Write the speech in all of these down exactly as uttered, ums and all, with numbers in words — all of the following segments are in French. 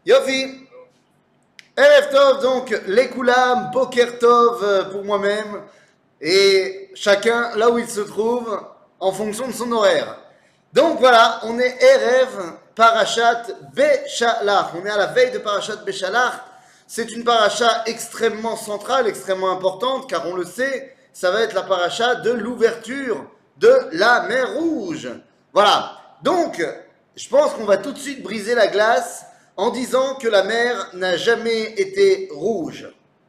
Yofi, Erev Tov, donc les Koulam, Boker Tov euh, pour moi-même, et chacun là où il se trouve en fonction de son horaire. Donc voilà, on est Erev Parashat Beshalach, on est à la veille de Parashat Beshalach. C'est une paracha extrêmement centrale, extrêmement importante, car on le sait, ça va être la paracha de l'ouverture de la mer Rouge. Voilà, donc je pense qu'on va tout de suite briser la glace en disant que la mer n'a jamais été rouge.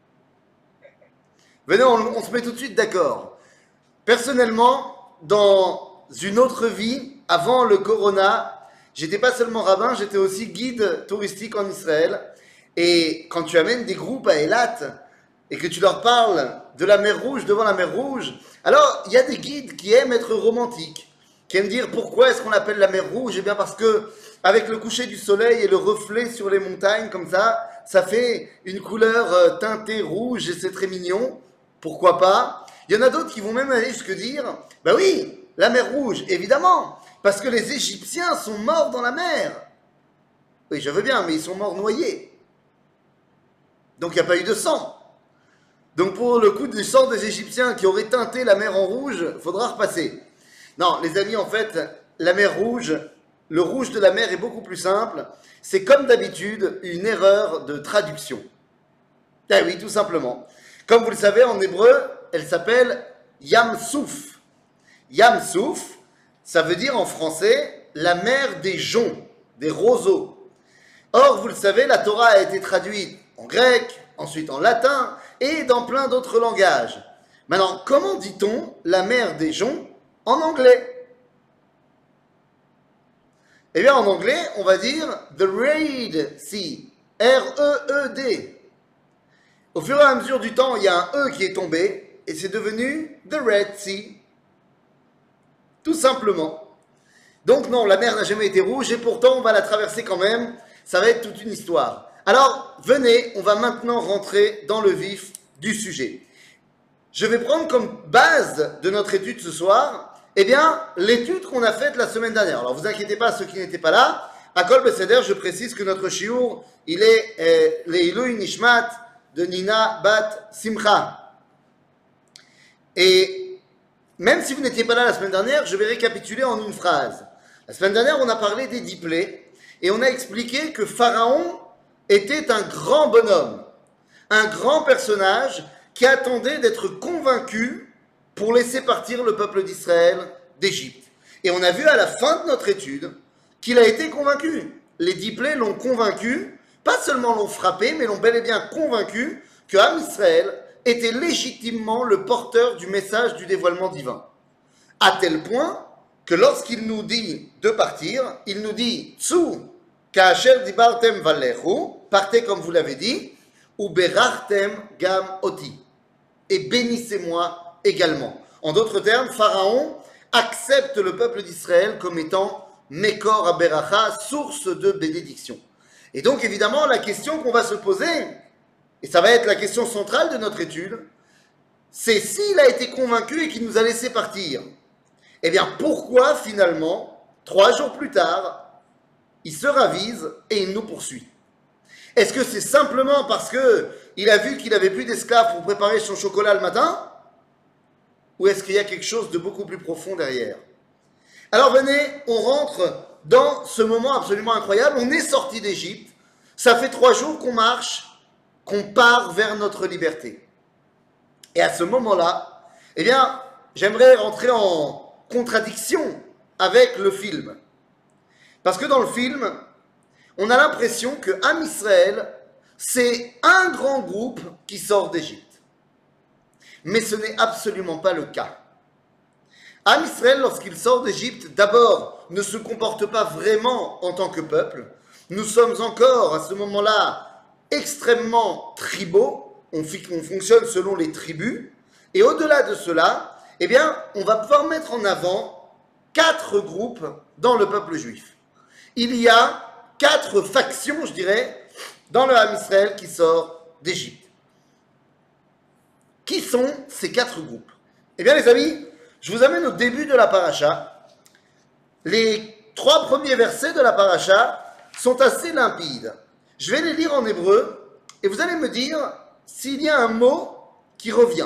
Venez, on, on se met tout de suite d'accord. Personnellement, dans une autre vie, avant le corona, j'étais pas seulement rabbin, j'étais aussi guide touristique en Israël. Et quand tu amènes des groupes à Eilat et que tu leur parles de la mer Rouge devant la mer Rouge, alors il y a des guides qui aiment être romantiques, qui aiment dire pourquoi est-ce qu'on l'appelle la mer Rouge? Eh bien parce que avec le coucher du soleil et le reflet sur les montagnes comme ça, ça fait une couleur euh, teintée rouge et c'est très mignon. Pourquoi pas? Il y en a d'autres qui vont même aller jusque dire, bah oui, la mer Rouge, évidemment, parce que les Égyptiens sont morts dans la mer. Oui, je veux bien, mais ils sont morts noyés. Donc il n'y a pas eu de sang. Donc pour le coup du sang des Égyptiens qui aurait teinté la mer en rouge, il faudra repasser. Non, les amis, en fait, la mer Rouge, le rouge de la mer est beaucoup plus simple. C'est comme d'habitude une erreur de traduction. Ah oui, tout simplement. Comme vous le savez, en hébreu, elle s'appelle Yam Souf. Yam Souf, ça veut dire en français la mer des joncs, des roseaux. Or, vous le savez, la Torah a été traduite en grec, ensuite en latin et dans plein d'autres langages. Maintenant, comment dit-on la mer des joncs en anglais? Eh bien, en anglais, on va dire The Red Sea, R E E D. Au fur et à mesure du temps, il y a un E qui est tombé et c'est devenu The Red Sea. Tout simplement. Donc non, la mer n'a jamais été rouge et pourtant on va la traverser quand même. Ça va être toute une histoire. Alors, venez, on va maintenant rentrer dans le vif du sujet. Je vais prendre comme base de notre étude ce soir, eh bien, l'étude qu'on a faite la semaine dernière. Alors, vous inquiétez pas, ceux qui n'étaient pas là, à Kol Beseder, je précise que notre shiur, il est euh, Leilui Nishmat de Nina Bat Simcha. Et même si vous n'étiez pas là la semaine dernière, je vais récapituler en une phrase. La semaine dernière, on a parlé des dix plaies et on a expliqué que Pharaon était un grand bonhomme, un grand personnage qui attendait d'être convaincu pour laisser partir le peuple d'Israël d'Égypte. Et on a vu à la fin de notre étude qu'il a été convaincu. Les dix plaies l'ont convaincu, pas seulement l'ont frappé, mais l'ont bel et bien convaincu que Am Israël était légitimement le porteur du message du dévoilement divin. À tel point que lorsqu'il nous dit de partir, il nous dit « Tsu ka'asher dibartem valechu » partez comme vous l'avez dit, ou berachtem gam oti, et bénissez-moi également. En d'autres termes, Pharaon accepte le peuple d'Israël comme étant Mekor Aberacha, source de bénédiction. Et donc évidemment, la question qu'on va se poser, et ça va être la question centrale de notre étude, c'est s'il a été convaincu et qu'il nous a laissé partir. Eh bien, pourquoi finalement, trois jours plus tard, il se ravise et il nous poursuit? Est-ce que c'est simplement parce qu'il a vu qu'il n'avait plus d'esclaves pour préparer son chocolat le matin? Ou est-ce qu'il y a quelque chose de beaucoup plus profond derrière? Alors venez, on rentre dans ce moment absolument incroyable. On est sorti d'Égypte. Ça fait trois jours qu'on marche, qu'on part vers notre liberté. Et à ce moment-là, eh bien, j'aimerais rentrer en contradiction avec le film. Parce que dans le film, on a l'impression que Am Israël, c'est un grand groupe qui sort d'Égypte. Mais ce n'est absolument pas le cas. Am Israël, lorsqu'il sort d'Égypte, d'abord, ne se comporte pas vraiment en tant que peuple. Nous sommes encore, à ce moment-là, extrêmement tribaux. On, on fonctionne selon les tribus. Et au-delà de cela, eh bien, on va pouvoir mettre en avant quatre groupes dans le peuple juif. Il y a quatre factions, je dirais, dans le Ham Israël qui sort d'Égypte. Qui sont ces quatre groupes? Eh bien, les amis, je vous amène au début de la paracha. Les trois premiers versets de la paracha sont assez limpides. Je vais les lire en hébreu et vous allez me dire s'il y a un mot qui revient.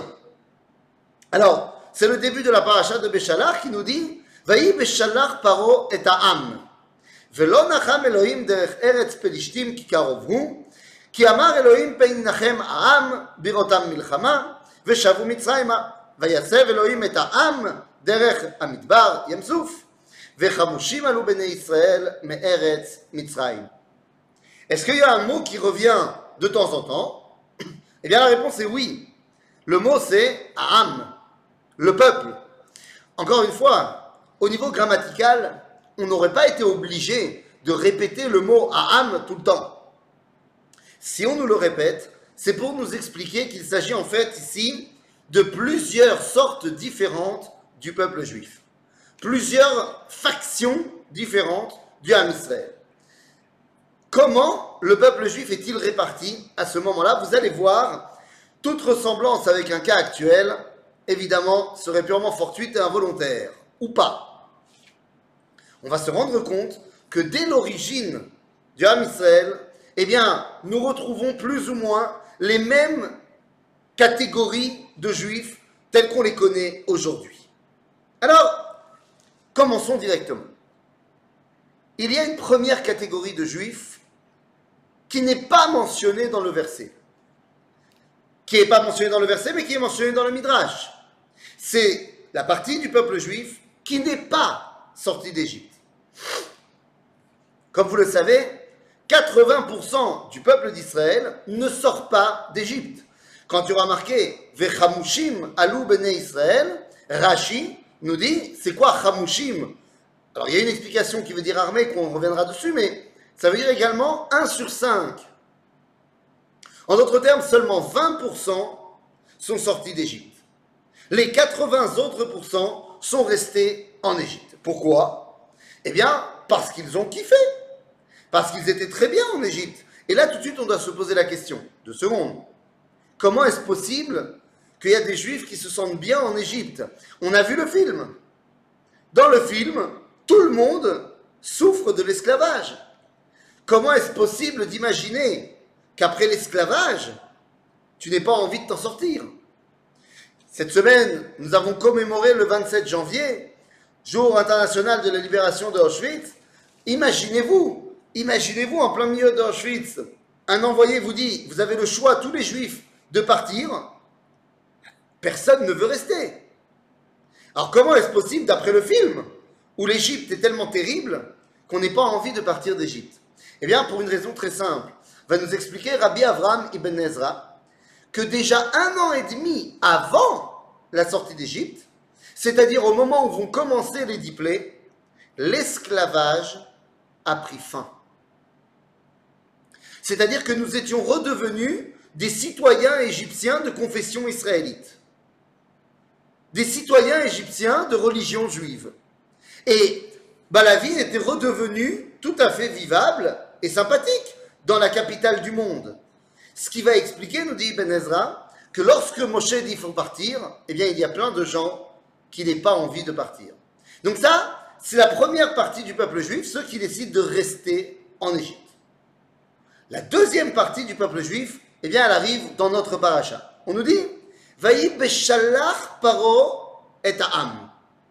Alors, c'est le début de la paracha de Beshalach qui nous dit Vayi Beshalach paro et ha'am velo nacham Elohim derech eretz pelishtim ki karov hu ki amar Elohim pein nachem ha'am birotam milchama veshavu mitzrayma vayasev Elohim et ha'am derech hamidbar yam suf vechamushim alu bnei Israël me'eretz Mitzrayim. Est-ce qu'il y a un mot qui revient de temps en temps? Eh bien la réponse est oui. Le mot c'est Ha'am, le peuple. Encore une fois, au niveau grammatical, on n'aurait pas été obligé de répéter le mot Ha'am tout le temps. Si on nous le répète, c'est pour nous expliquer qu'il s'agit en fait ici de plusieurs sortes différentes du peuple juif. Plusieurs factions différentes du Ham Israël. Comment le peuple juif est-il réparti à ce moment-là? Vous allez voir, toute ressemblance avec un cas actuel, évidemment, serait purement fortuite et involontaire, ou pas. On va se rendre compte que dès l'origine du Ham Israël, eh bien, nous retrouvons plus ou moins les mêmes catégories de juifs telles qu'on les connaît aujourd'hui. Alors, commençons directement. Il y a une première catégorie de juifs qui n'est pas mentionnée dans le verset. Qui n'est pas mentionnée dans le verset, mais qui est mentionnée dans le Midrash. C'est la partie du peuple juif qui n'est pas sortie d'Égypte. Comme vous le savez, quatre-vingts pour cent du peuple d'Israël ne sort pas d'Égypte. Quand tu auras marqué « Vechamushim alou bnei Israël », Rashi nous dit, c'est quoi Chamushim? Alors il y a une explication qui veut dire armée, qu'on reviendra dessus, mais ça veut dire également un sur cinq. En d'autres termes, seulement vingt pour cent sont sortis d'Égypte. Les quatre-vingts autres pourcents sont restés en Égypte. Pourquoi? Eh bien, parce qu'ils ont kiffé. Parce qu'ils étaient très bien en Égypte. Et là, tout de suite, on doit se poser la question. Deux secondes. Comment est-ce possible qu'il y a des Juifs qui se sentent bien en Égypte? On a vu le film. Dans le film, tout le monde souffre de l'esclavage. Comment est-ce possible d'imaginer qu'après l'esclavage, tu n'aies pas envie de t'en sortir? Cette semaine, nous avons commémoré le vingt-sept janvier, jour international de la libération d'Auschwitz. Imaginez-vous, imaginez-vous en plein milieu d'Auschwitz, un envoyé vous dit, vous avez le choix, tous les Juifs, de partir. Personne ne veut rester. Alors comment est-ce possible, d'après le film, où l'Égypte est tellement terrible qu'on n'ait pas envie de partir d'Égypte? Eh bien, pour une raison très simple, va nous expliquer Rabbi Avraham Ibn Ezra que déjà un an et demi avant la sortie d'Égypte, c'est-à-dire au moment où vont commencer les dix plaies, l'esclavage a pris fin. C'est-à-dire que nous étions redevenus des citoyens égyptiens de confession israélite, des citoyens égyptiens de religion juive. Et bah, la vie était redevenue tout à fait vivable et sympathique dans la capitale du monde. Ce qui va expliquer, nous dit Ibn Ezra, que lorsque Moshe dit qu'il faut partir, eh bien il y a plein de gens qui n'ont pas envie de partir. Donc ça, c'est la première partie du peuple juif, ceux qui décident de rester en Égypte. La deuxième partie du peuple juif, eh bien elle arrive dans notre paracha. On nous dit « Vayi beshalach paro et ha'am ».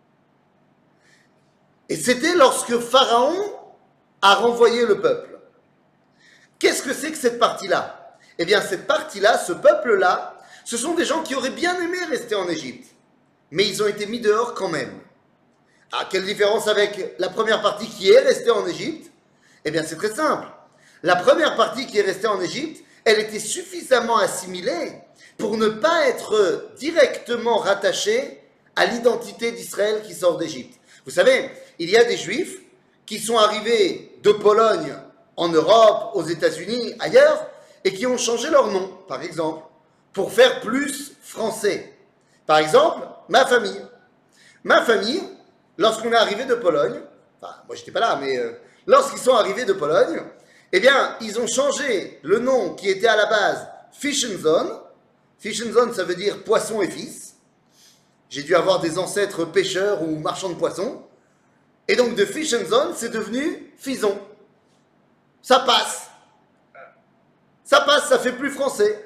Et c'était lorsque Pharaon a renvoyé le peuple. Qu'est-ce que c'est que cette partie-là? Eh bien, cette partie-là, ce peuple-là, ce sont des gens qui auraient bien aimé rester en Égypte, mais ils ont été mis dehors quand même. Ah, quelle différence avec la première partie qui est restée en Égypte? Eh bien, c'est très simple. La première partie qui est restée en Égypte, elle était suffisamment assimilée pour ne pas être directement rattachée à l'identité d'Israël qui sort d'Égypte. Vous savez, il y a des Juifs qui sont arrivés de Pologne en Europe, aux États-Unis, ailleurs, et qui ont changé leur nom, par exemple, pour faire plus français. Par exemple, ma famille. Ma famille, lorsqu'on est arrivé de Pologne, enfin, moi j'étais pas là, mais euh, lorsqu'ils sont arrivés de Pologne, eh bien, ils ont changé le nom qui était à la base Fish and Zone. Fish and Zone, ça veut dire poisson et fils. J'ai dû avoir des ancêtres pêcheurs ou marchands de poissons. Et donc de Fish and Zone, c'est devenu Fison. Ça passe. ça fait plus français.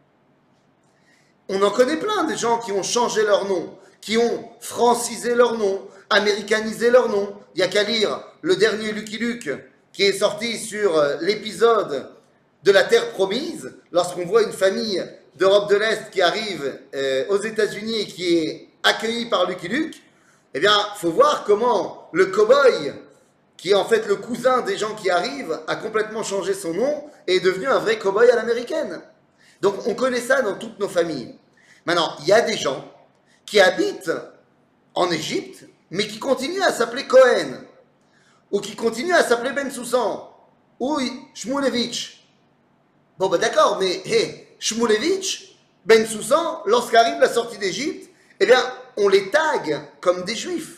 On en connaît plein des gens qui ont changé leur nom, qui ont francisé leur nom, américanisé leur nom. Il n'y a qu'à lire le dernier Lucky Luke qui est sorti sur l'épisode de la Terre Promise, lorsqu'on voit une famille d'Europe de l'Est qui arrive euh, aux États-Unis et qui est accueillie par Lucky Luke. Eh bien, il faut voir comment le cow-boy, qui est en fait le cousin des gens qui arrivent, a complètement changé son nom et est devenu un vrai cow-boy à l'américaine. Donc, on connaît ça dans toutes nos familles. Maintenant, il y a des gens qui habitent en Égypte, mais qui continuent à s'appeler Cohen, ou qui continuent à s'appeler Ben Soussan, ou Shmulevitch. Bon, bah d'accord, mais hey, Shmulevitch, Ben Soussan, lorsqu'arrive la sortie d'Égypte, eh bien, on les tague comme des juifs.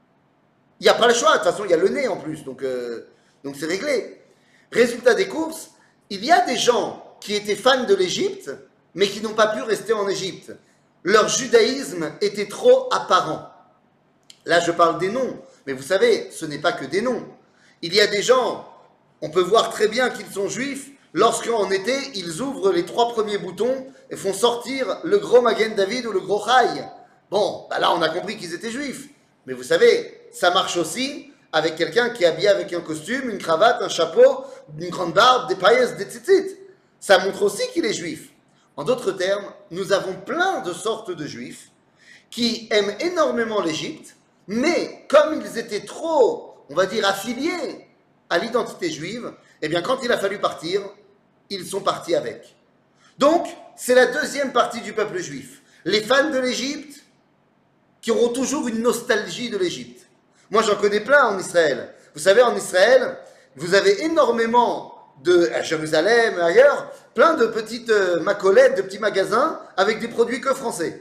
Il n'y a pas le choix, de toute façon, il y a le nez en plus, donc euh, donc c'est réglé. Résultat des courses, il y a des gens qui étaient fans de l'Égypte, mais qui n'ont pas pu rester en Égypte. Leur judaïsme était trop apparent. Là, je parle des noms, mais vous savez, ce n'est pas que des noms. Il y a des gens, on peut voir très bien qu'ils sont juifs, lorsqu'en été, ils ouvrent les trois premiers boutons et font sortir le gros Magen David ou le gros Chai. Bon, bah là, on a compris qu'ils étaient juifs. Mais vous savez, ça marche aussi avec quelqu'un qui est habillé avec un costume, une cravate, un chapeau, une grande barbe, des paillettes, des tzitzit. Ça montre aussi qu'il est juif. En d'autres termes, nous avons plein de sortes de juifs qui aiment énormément l'Égypte, mais comme ils étaient trop, on va dire, affiliés à l'identité juive, eh bien, quand il a fallu partir, ils sont partis avec. Donc, c'est la deuxième partie du peuple juif. Les fans de l'Égypte qui auront toujours une nostalgie de l'Égypte. Moi, j'en connais plein en Israël. Vous savez, en Israël, vous avez énormément de, à Jérusalem et ailleurs, plein de petites euh, macolettes, de petits magasins avec des produits que français.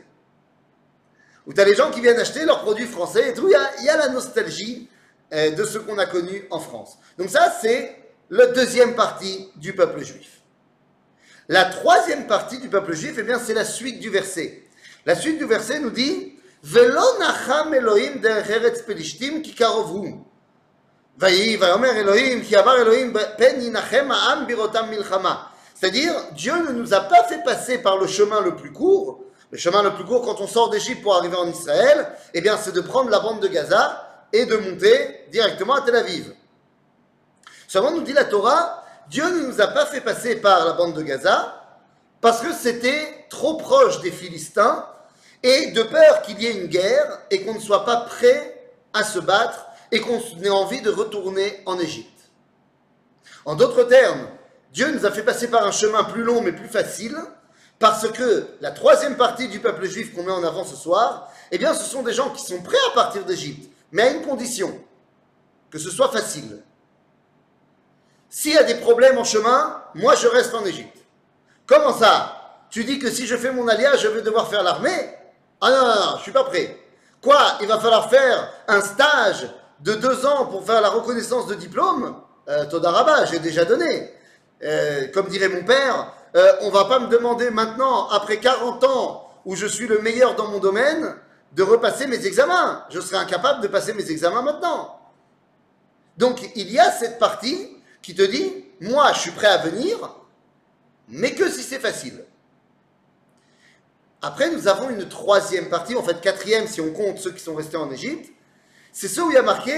Où tu as les gens qui viennent acheter leurs produits français et tout. Il y a, il y a la nostalgie euh, de ce qu'on a connu en France. Donc ça, c'est la deuxième partie du peuple juif. La troisième partie du peuple juif, eh bien, c'est la suite du verset. La suite du verset nous dit Velo nacham Elohim derech eretz pelishtim ki karov hu. Vayi vayomer Elohim ki avar Elohim pen yinachem ha'am birotam milchama. C'est-à-dire, Dieu ne nous a pas fait passer par le chemin le plus court. Le chemin le plus court quand on sort d'Égypte pour arriver en Israël, eh bien, c'est de prendre la bande de Gaza et de monter directement à Tel Aviv. Seulement, nous dit la Torah, Dieu ne nous a pas fait passer par la bande de Gaza parce que c'était trop proche des Philistins et de peur qu'il y ait une guerre et qu'on ne soit pas prêt à se battre et qu'on ait envie de retourner en Égypte. En d'autres termes, Dieu nous a fait passer par un chemin plus long mais plus facile parce que la troisième partie du peuple juif qu'on met en avant ce soir, eh bien ce sont des gens qui sont prêts à partir d'Égypte, mais à une condition, que ce soit facile. S'il y a des problèmes en chemin, moi je reste en Égypte. Comment ça? Tu dis que si je fais mon alliage, je vais devoir faire l'armée? Ah non, non, non, je ne suis pas prêt. Quoi? Il va falloir faire un stage de deux ans pour faire la reconnaissance de diplôme? euh, Todaraba, j'ai déjà donné. Euh, comme dirait mon père, euh, on ne va pas me demander maintenant, après quarante ans où je suis le meilleur dans mon domaine, de repasser mes examens. Je serai incapable de passer mes examens maintenant. Donc il y a cette partie qui te dit, moi je suis prêt à venir, mais que si c'est facile. Après, nous avons une troisième partie, en fait quatrième si on compte ceux qui sont restés en Égypte. C'est ceux où il y a marqué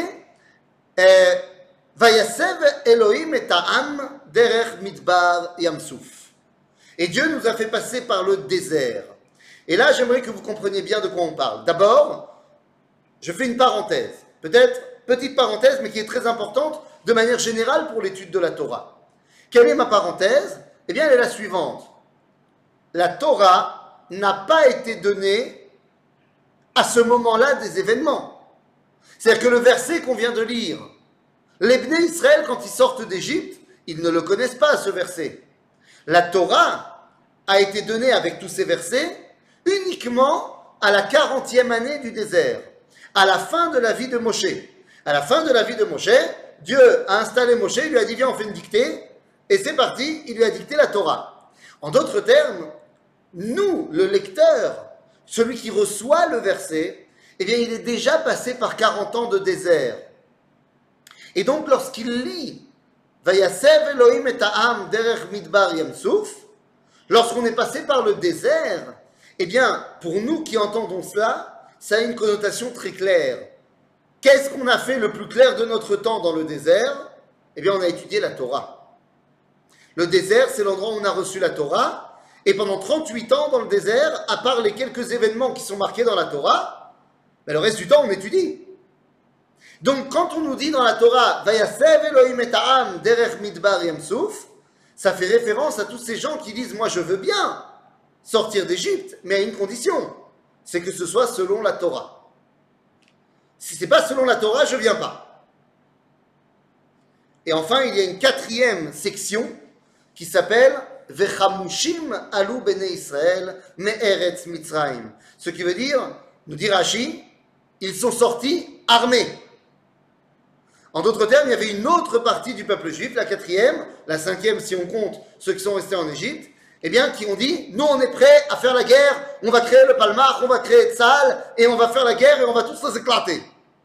Vayasev Elohim et Ta'am derech midbar Yamsouf. Et Dieu nous a fait passer par le désert. Et là, j'aimerais que vous compreniez bien de quoi on parle. D'abord, je fais une parenthèse, peut-être petite parenthèse, mais qui est très importante de manière générale pour l'étude de la Torah. Quelle est ma parenthèse? Eh bien, elle est la suivante. La Torah n'a pas été donnée à ce moment-là des événements. C'est-à-dire que le verset qu'on vient de lire, les Bnei Israël, quand ils sortent d'Égypte, ils ne le connaissent pas, ce verset. La Torah a été donnée avec tous ces versets uniquement à la quarantième année du désert, à la fin de la vie de Moshe. À la fin de la vie de Moshe, Dieu a installé Moshe, il lui a dit viens on fait une dictée, et c'est parti, il lui a dicté la Torah. En d'autres termes, nous, le lecteur, celui qui reçoit le verset, eh bien il est déjà passé par quarante ans de désert. Et donc lorsqu'il lit Vayasev Elohim et Ta'am derech midbar Yamsouf, Lorsqu'on est passé par le désert, eh bien, pour nous qui entendons cela, ça a une connotation très claire. Qu'est-ce qu'on a fait le plus clair de notre temps dans le désert? Eh bien, on a étudié la Torah. Le désert, c'est l'endroit où on a reçu la Torah, et pendant trente-huit ans dans le désert, à part les quelques événements qui sont marqués dans la Torah, ben, le reste du temps, on étudie. Donc, quand on nous dit dans la Torah, Vayasev Elohim et Ha'am derech midbar yamsouf, ça fait référence à tous ces gens qui disent, moi je veux bien sortir d'Égypte, mais à une condition, c'est que ce soit selon la Torah. Si ce n'est pas selon la Torah, je ne viens pas. Et enfin, il y a une quatrième section qui s'appelle Vechamushim alu bnei Israël me'eretz Mitzrayim. Ce qui veut dire, nous dit Rashi, ils sont sortis armés. En d'autres termes, il y avait une autre partie du peuple juif, la quatrième, la cinquième si on compte ceux qui sont restés en Égypte, eh bien, qui ont dit, nous on est prêts à faire la guerre, on va créer le Palmach, on va créer Tzal, et on va faire la guerre et on va tous les éclater.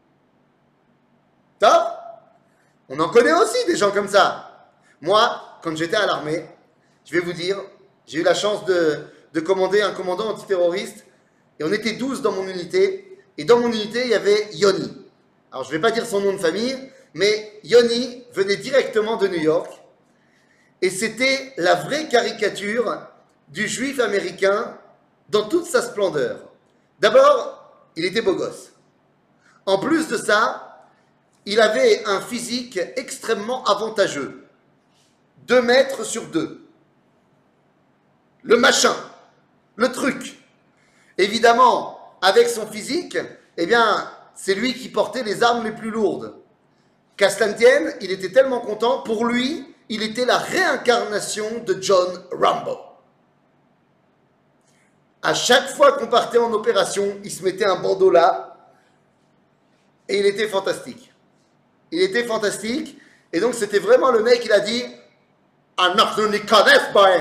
Top? On en connaît aussi des gens comme ça. Moi, quand j'étais à l'armée, je vais vous dire, j'ai eu la chance de, de commander un commandant antiterroriste, et on était douze dans mon unité, et dans mon unité, il y avait Yoni. Alors, je ne vais pas dire son nom de famille, mais Yoni venait directement de New York, et c'était la vraie caricature du juif américain dans toute sa splendeur. D'abord, il était beau gosse. En plus de ça, il avait un physique extrêmement avantageux. Deux mètres sur deux. Le machin, le truc. Évidemment, avec son physique, eh bien, c'est lui qui portait les armes les plus lourdes. Qu'à cela ne tienne, il était tellement content, pour lui, il était la réincarnation de John Rambo. À chaque fois qu'on partait en opération, il se mettait un bandeau là, et il était fantastique. Il était fantastique, et donc c'était vraiment le mec, il a dit « Anachnu nikanes bahem ».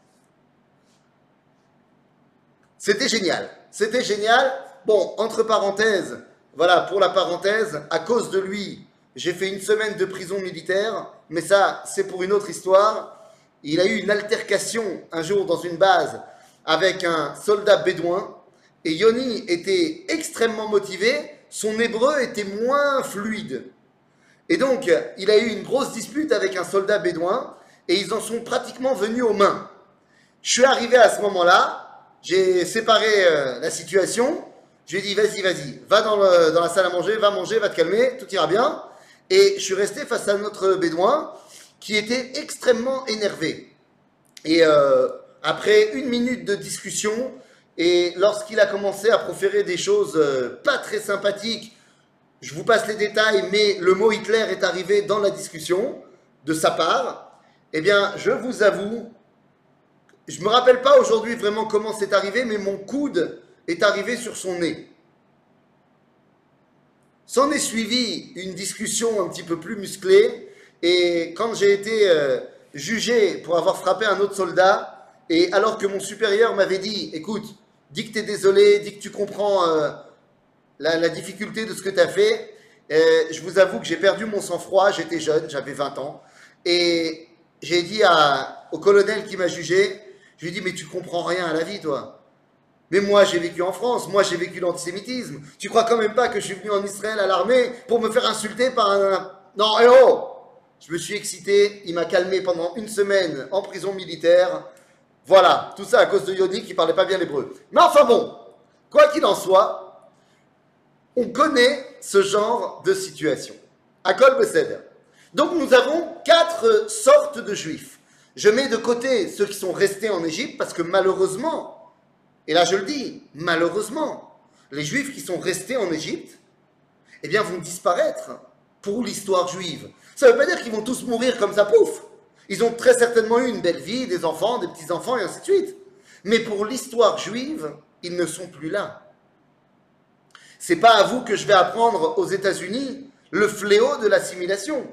C'était génial, c'était génial. Bon, entre parenthèses, voilà, pour la parenthèse, à cause de lui, j'ai fait une semaine de prison militaire, mais ça, c'est pour une autre histoire. Il a eu une altercation un jour dans une base avec un soldat bédouin, et Yoni était extrêmement motivé, son hébreu était moins fluide. Et donc, il a eu une grosse dispute avec un soldat bédouin, et ils en sont pratiquement venus aux mains. Je suis arrivé à ce moment-là, j'ai séparé euh, la situation, je lui ai dit, vas-y, vas-y, va dans, le, dans la salle à manger, va manger, va te calmer, tout ira bien. Et je suis resté face à notre bédouin qui était extrêmement énervé. Et euh, après une minute de discussion, et lorsqu'il a commencé à proférer des choses euh, pas très sympathiques, je vous passe les détails, mais le mot Hitler est arrivé dans la discussion de sa part, eh bien, je vous avoue, je ne me rappelle pas aujourd'hui vraiment comment c'est arrivé, mais mon coude est arrivé sur son nez. S'en est suivi une discussion un petit peu plus musclée, et quand j'ai été euh, jugé pour avoir frappé un autre soldat, et alors que mon supérieur m'avait dit, écoute, dis que tu es désolé, dis que tu comprends euh, la, la difficulté de ce que tu as fait, euh, je vous avoue que j'ai perdu mon sang-froid, j'étais jeune, j'avais vingt ans, et j'ai dit à, au colonel qui m'a jugé, je lui ai dit, mais tu comprends rien à la vie, toi. Mais moi, j'ai vécu en France, moi, j'ai vécu l'antisémitisme. Tu crois quand même pas que je suis venu en Israël à l'armée pour me faire insulter par un... Non, eh oh! Je me suis excité, il m'a calmé pendant une semaine en prison militaire. Voilà, tout ça à cause de Yoni qui parlait pas bien l'hébreu. Mais enfin bon, quoi qu'il en soit, on connaît ce genre de situation. Akol Beseder. Donc nous avons quatre sortes de juifs. Je mets de côté ceux qui sont restés en Égypte parce que malheureusement, et là je le dis, malheureusement, les juifs qui sont restés en Égypte, eh bien vont disparaître pour l'histoire juive. Ça ne veut pas dire qu'ils vont tous mourir comme ça, pouf. Ils ont très certainement eu une belle vie, des enfants, des petits-enfants et ainsi de suite. Mais pour l'histoire juive, ils ne sont plus là. C'est pas à vous que je vais apprendre aux États-Unis le fléau de l'assimilation.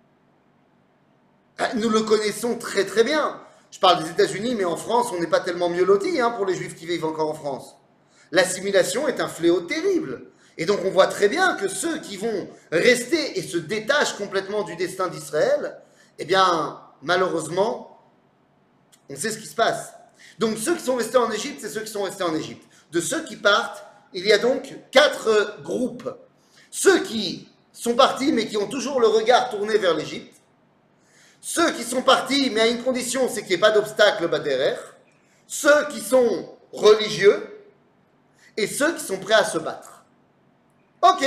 Nous le connaissons très très bien. Je parle des États-Unis, mais en France, on n'est pas tellement mieux lotis hein, pour les Juifs qui vivent encore en France. L'assimilation est un fléau terrible. Et donc on voit très bien que ceux qui vont rester et se détachent complètement du destin d'Israël, eh bien, malheureusement, on sait ce qui se passe. Donc ceux qui sont restés en Égypte, c'est ceux qui sont restés en Égypte. De ceux qui partent, il y a donc quatre groupes. Ceux qui sont partis mais qui ont toujours le regard tourné vers l'Égypte. Ceux qui sont partis mais à une condition, c'est qu'il n'y ait pas d'obstacle Baderer. Ceux qui sont religieux et ceux qui sont prêts à se battre. Ok.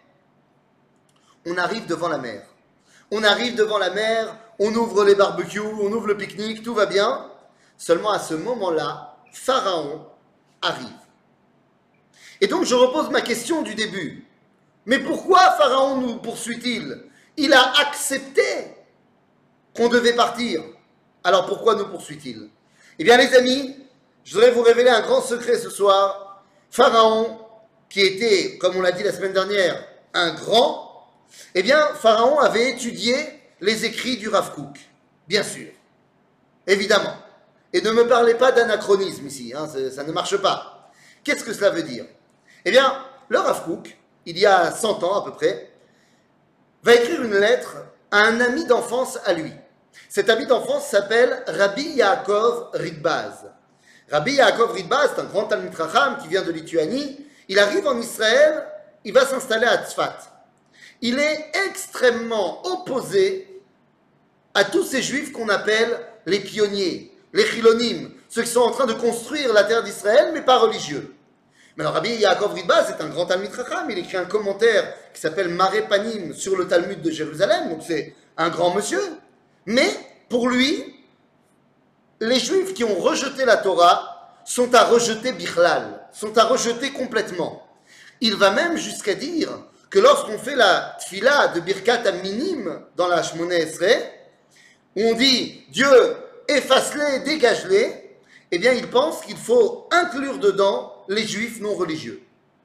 On arrive devant la mer. On arrive devant la mer, on ouvre les barbecues, on ouvre le pique-nique, tout va bien. Seulement à ce moment-là, Pharaon arrive. Et donc je repose ma question du début. Mais pourquoi Pharaon nous poursuit-il? Il a accepté qu'on devait partir. Alors pourquoi nous poursuit-il? Eh bien les amis, je voudrais vous révéler un grand secret ce soir. Pharaon, qui était, comme on l'a dit la semaine dernière, un grand, eh bien Pharaon avait étudié les écrits du Rav Kook, bien sûr, évidemment. Et ne me parlez pas d'anachronisme ici, hein, ça ne marche pas. Qu'est-ce que cela veut dire? Eh bien, le Rav Kook, il y a cent ans à peu près, va écrire une lettre à un ami d'enfance à lui. Cet ami d'enfance s'appelle Rabbi Yaakov Ridbaz. Rabbi Yaakov Ridbaz, c'est un grand Talmid Chacham qui vient de Lituanie. Il arrive en Israël, il va s'installer à Tzfat. Il est extrêmement opposé à tous ces juifs qu'on appelle les pionniers, les chilonim, ceux qui sont en train de construire la terre d'Israël, mais pas religieux. Mais alors Rabbi Yaakov Ridbaz est un grand Talmid Chacham, il écrit un commentaire qui s'appelle Maré Panim sur le Talmud de Jérusalem, donc c'est un grand monsieur. Mais pour lui, les juifs qui ont rejeté la Torah sont à rejeter bichlal, sont à rejeter complètement. Il va même jusqu'à dire que lorsqu'on fait la tfila de Birkat Aminim dans la Shmoneh Esrei, où on dit Dieu efface-les, dégage-les, eh bien il pense qu'il faut inclure dedans les juifs non religieux.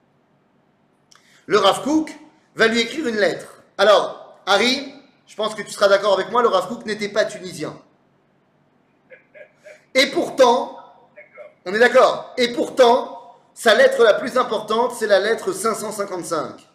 Le Rav Kook va lui écrire une lettre. Alors, Harry, je pense que tu seras d'accord avec moi, le Rav Kook n'était pas tunisien. Et pourtant, on est d'accord, et pourtant, sa lettre la plus importante, c'est la lettre cinq cent cinquante-cinq.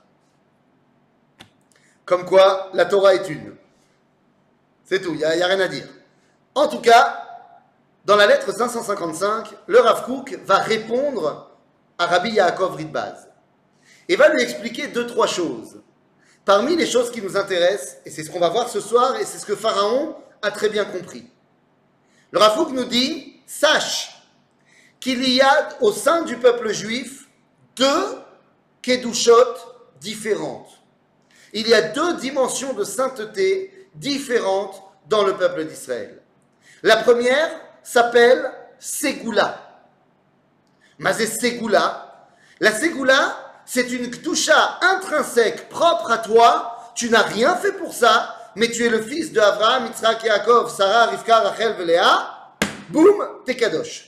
Comme quoi, la Torah est une. C'est tout, il n'y a, a rien à dire. En tout cas, dans la lettre cinq cent cinquante-cinq, le Rav Kook va répondre à Rabbi Yaakov Ridbaz et va lui expliquer deux, trois choses. Parmi les choses qui nous intéressent, et c'est ce qu'on va voir ce soir, et c'est ce que Pharaon a très bien compris. Le Rav Kook nous dit, sache qu'il y a au sein du peuple juif deux kedushot différentes. Il y a deux dimensions de sainteté différentes dans le peuple d'Israël. La première s'appelle Ségoula. Mazé Ségoula. La Ségoula, c'est une Kdusha intrinsèque, propre à toi. Tu n'as rien fait pour ça, mais tu es le fils de Abraham, Yitzhak, Yaakov, Sarah, Rivka, Rachel, Léa. Boum, t'es kadosh.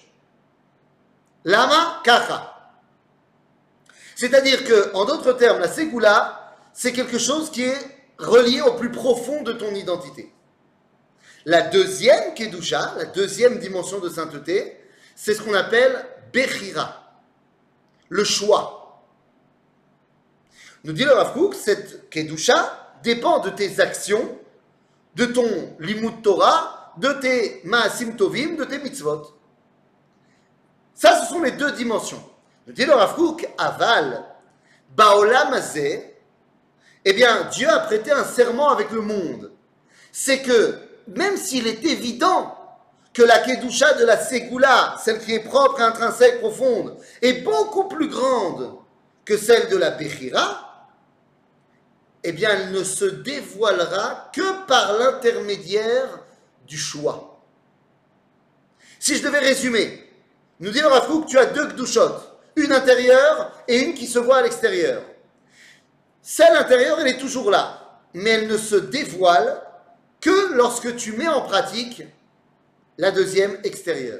Lama kacha. C'est-à-dire que, en d'autres termes, la Ségoula, c'est quelque chose qui est relié au plus profond de ton identité. La deuxième Kedusha, la deuxième dimension de sainteté, c'est ce qu'on appelle Bechira, le choix. Nous dit le Rav Kook, cette Kedusha dépend de tes actions, de ton Limud Torah, de tes Maasim Tovim, de tes mitzvot. Ça, ce sont les deux dimensions. Nous dit le Rav Kook, Aval, Baolam Hazeh, eh bien, Dieu a prêté un serment avec le monde. C'est que, même s'il est évident que la Kedusha de la Ségoula, celle qui est propre, intrinsèque, profonde, est beaucoup plus grande que celle de la Bechira, eh bien, elle ne se dévoilera que par l'intermédiaire du choix. Si je devais résumer, nous dit le Rav Kook, tu as deux Kedushot, une intérieure et une qui se voit à l'extérieur. Celle intérieure, elle est toujours là, mais elle ne se dévoile que lorsque tu mets en pratique la deuxième extérieure.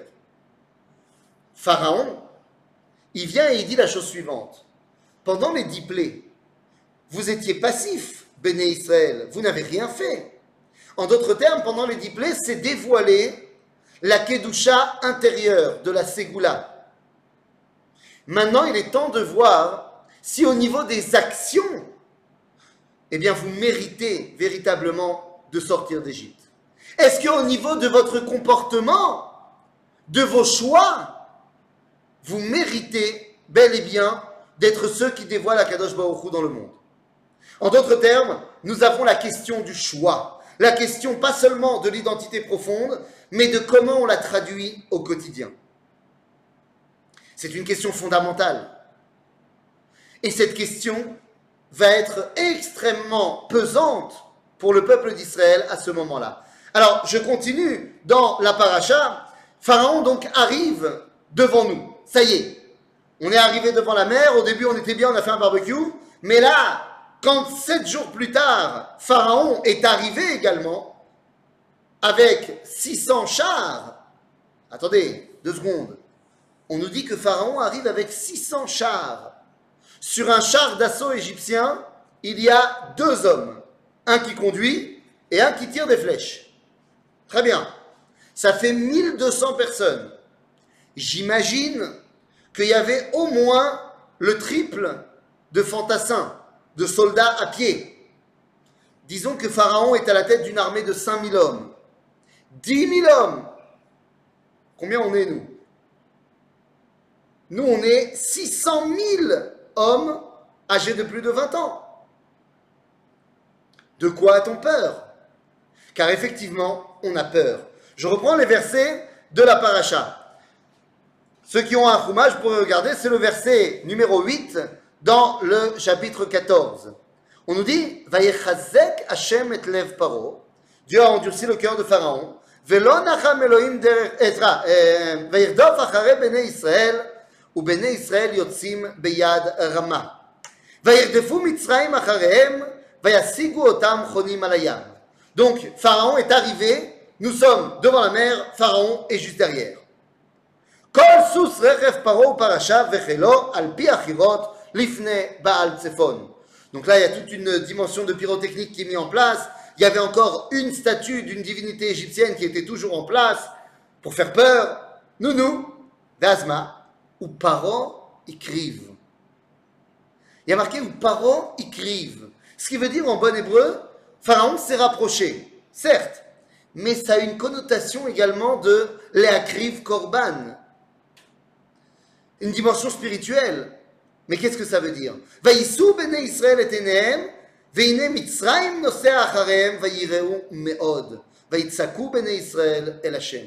Pharaon, il vient et il dit la chose suivante. Pendant les dix plaies, vous étiez passif, Béné Israël, vous n'avez rien fait. En d'autres termes, pendant les dix plaies, c'est dévoiler la Kedusha intérieure de la Ségoula. Maintenant, il est temps de voir si au niveau des actions, eh bien, vous méritez véritablement de sortir d'Égypte. Est-ce qu'au niveau de votre comportement, de vos choix, vous méritez bel et bien d'être ceux qui dévoilent Akadosh Baruch Hu dans le monde. En d'autres termes, nous avons la question du choix, la question pas seulement de l'identité profonde, mais de comment on la traduit au quotidien. C'est une question fondamentale. Et cette question va être extrêmement pesante pour le peuple d'Israël à ce moment-là. Alors, je continue dans la paracha. Pharaon donc arrive devant nous. Ça y est, on est arrivé devant la mer. Au début, on était bien, on a fait un barbecue. Mais là, quand sept jours plus tard, Pharaon est arrivé également avec six cents chars. Attendez, deux secondes. On nous dit que Pharaon arrive avec six cents chars. Sur un char d'assaut égyptien, il y a deux hommes. Un qui conduit et un qui tire des flèches. Très bien. Ça fait mille deux cents personnes. J'imagine qu'il y avait au moins le triple de fantassins, de soldats à pied. Disons que Pharaon est à la tête d'une armée de cinq mille hommes. dix mille hommes. Combien on est, nous? Nous, on est six cent mille hommes âgés de plus de vingt ans. De quoi a-t-on peur? Car effectivement, on a peur. Je reprends les versets de la paracha. Ceux qui ont un choumage pourraient regarder, c'est le verset numéro huit dans le chapitre quatorze. On nous dit « Vayechazek Hashem et lev paro » Dieu a endurci le cœur de Pharaon. « Velo nacham Elohim derech etra vayirdof acharei bnei Israël ובני ישראל יוצאים ביד רמה. וירדפו מצרים אחריהם וישיגו אותם חונים על הים. Donc, Pharaon est arrivé, nous sommes devant la mer, Pharaon est juste derrière. כל סוס רכב פרעה ופרשיו וחילו על פי החירות לפני בעל צפון. Donc là, il y a toute une dimension de pyrotechnique qui est mise en place. Il y avait encore une statue d'une divinité égyptienne qui était toujours en place pour faire peur. Nounou, Vazma, ou Paro écrive. Il y a marqué ou Paro écrive. Ce qui veut dire en bon hébreu, Pharaon s'est rapproché, certes, mais ça a une connotation également de Léakriv Korban. Une dimension spirituelle. Mais qu'est-ce que ça veut dire? Vaïsou bnei Israël et enehem, veine Mitzrayim nosea acharehem, vaïreu meod, vaïtsaku bnei Israël el Hashem.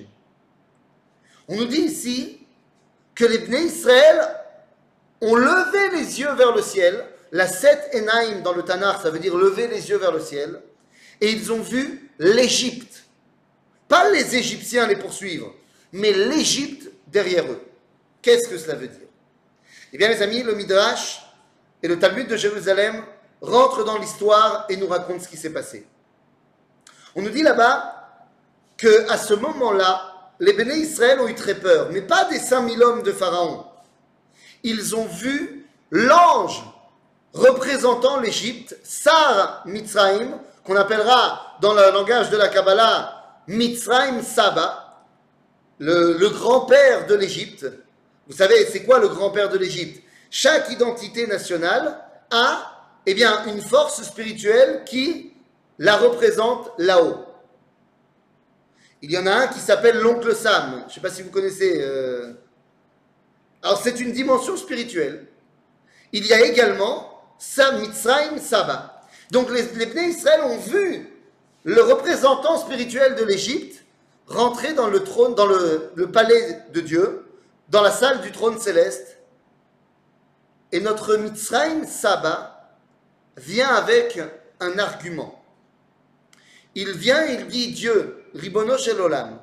On nous dit ici que les Bnei Israël ont levé les yeux vers le ciel. La Set Enaim dans le Tanakh, ça veut dire lever les yeux vers le ciel. Et ils ont vu l'Égypte. Pas les Égyptiens les poursuivre, mais l'Égypte derrière eux. Qu'est-ce que cela veut dire? Eh bien les amis, le Midrash et le Talmud de Jérusalem rentrent dans l'histoire et nous racontent ce qui s'est passé. On nous dit là-bas qu'à ce moment-là, les Béné Israël ont eu très peur, mais pas des cinq mille hommes de Pharaon. Ils ont vu l'ange représentant l'Égypte, Sar Mitzrayim, qu'on appellera dans le langage de la Kabbalah Mitzrayim Saba, le, le grand-père de l'Égypte. Vous savez, c'est quoi le grand-père de l'Égypte? Chaque identité nationale a eh bien, une force spirituelle qui la représente là-haut. Il y en a un qui s'appelle l'oncle Sam. Je ne sais pas si vous connaissez. Euh... Alors, c'est une dimension spirituelle. Il y a également Sam Mitzrayim Saba. Donc, les, les Bnei Israël ont vu le représentant spirituel de l'Égypte rentrer dans le trône, dans le, le palais de Dieu, dans la salle du trône céleste. Et notre Mitzrayim Saba vient avec un argument. Il vient, il dit Dieu, Ribono Shel Olam.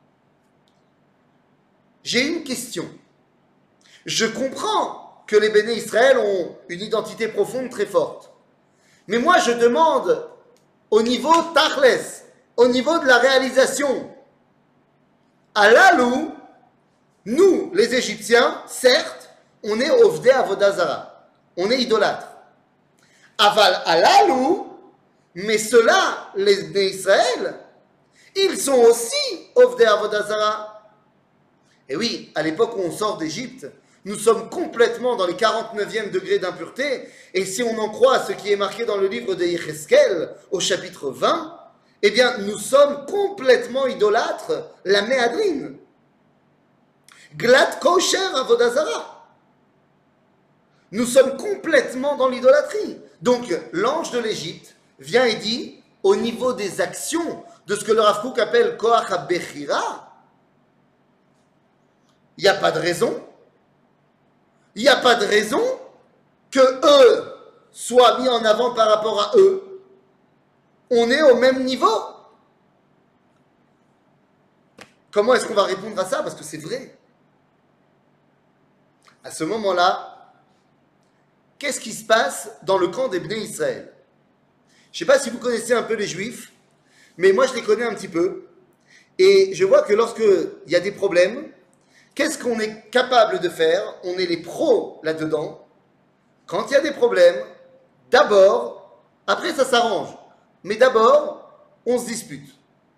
J'ai une question. Je comprends que les Béné Israël ont une identité profonde très forte. Mais moi, je demande au niveau Tachles, au niveau de la réalisation. À l'alou, nous, les Égyptiens, certes, on est Ovdei Avodah Zara. On est idolâtres. Aval à l'alou, mais ceux-là, les Béné Israël, ils sont aussi Ovdei Avodah Zara. Et oui, à l'époque où on sort d'Égypte, nous sommes complètement dans les quarante-neuvième degré d'impureté, et si on en croit ce qui est marqué dans le livre de Yecheskel, au chapitre vingt, eh bien, nous sommes complètement idolâtres, la méadrine. Glad kosher avodazara. Nous sommes complètement dans l'idolâtrie. Donc, l'ange de l'Égypte vient et dit, au niveau des actions de ce que le Rav Kook appelle Koach HaBechira, il n'y a pas de raison, il n'y a pas de raison que eux soient mis en avant par rapport à eux. On est au même niveau. Comment est-ce qu'on va répondre à ça? Parce que c'est vrai. À ce moment-là, qu'est-ce qui se passe dans le camp des Bnei Israël? Je ne sais pas si vous connaissez un peu les Juifs, mais moi je les connais un petit peu. Et je vois que lorsqu'il y a des problèmes, qu'est-ce qu'on est capable de faire? On est les pros là-dedans. Quand il y a des problèmes, d'abord, après ça s'arrange, mais d'abord, on se dispute.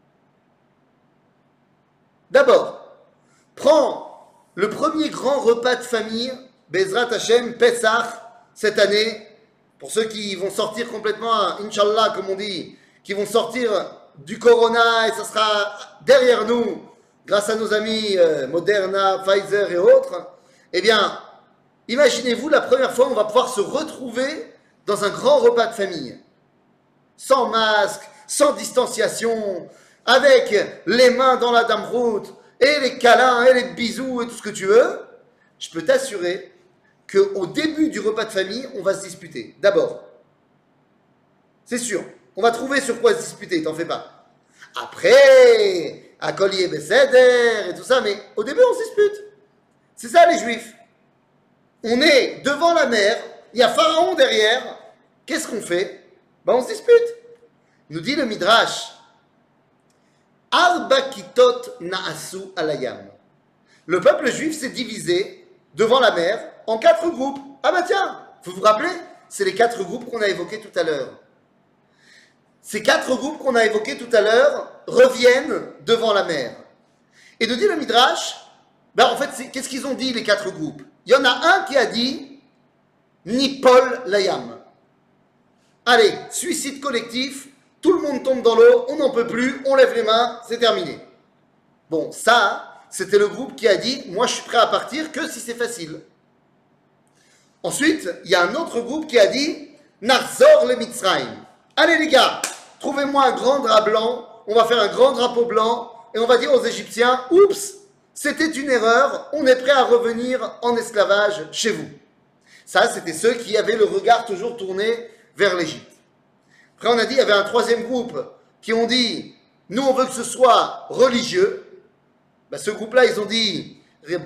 D'abord, prends le premier grand repas de famille, Bezrat Hashem, Pesach, cette année, pour ceux qui vont sortir complètement, Inch'Allah, comme on dit, qui vont sortir du Corona, et ça sera derrière nous, grâce à nos amis euh, Moderna, Pfizer et autres, eh bien, imaginez-vous la première fois où on va pouvoir se retrouver dans un grand repas de famille, sans masque, sans distanciation, avec les mains dans la damroute, et les câlins, et les bisous, et tout ce que tu veux. Je peux t'assurer qu'au début du repas de famille, on va se disputer. D'abord. C'est sûr. On va trouver sur quoi se disputer, t'en fais pas. Après, à collier Besséder et tout ça, mais au début, on se dispute. C'est ça, les Juifs. On est devant la mer, il y a Pharaon derrière. Qu'est-ce qu'on fait? Ben, on se dispute. Nous dit le Midrash, Arba kitot na'asu alayam. Le peuple juif s'est divisé devant la mer en quatre groupes. Ah bah tiens, vous vous rappelez? C'est les quatre groupes qu'on a évoqués tout à l'heure. Ces quatre groupes qu'on a évoqués tout à l'heure reviennent devant la mer. Et nous dit le Midrash, ben en fait, qu'est-ce qu'ils ont dit les quatre groupes? Il y en a un qui a dit Nipol layam. Allez, suicide collectif, tout le monde tombe dans l'eau, on n'en peut plus, on lève les mains, c'est terminé. Bon, ça, c'était le groupe qui a dit moi je suis prêt à partir que si c'est facile. Ensuite, il y a un autre groupe qui a dit Narzor le Mitzrayim. Allez les gars, trouvez-moi un grand drap blanc, on va faire un grand drapeau blanc et on va dire aux Égyptiens, oups, c'était une erreur, on est prêt à revenir en esclavage chez vous. Ça, c'était ceux qui avaient le regard toujours tourné vers l'Égypte. Après, on a dit, il y avait un troisième groupe qui ont dit, nous, on veut que ce soit religieux. Ben, ce groupe-là, ils ont dit,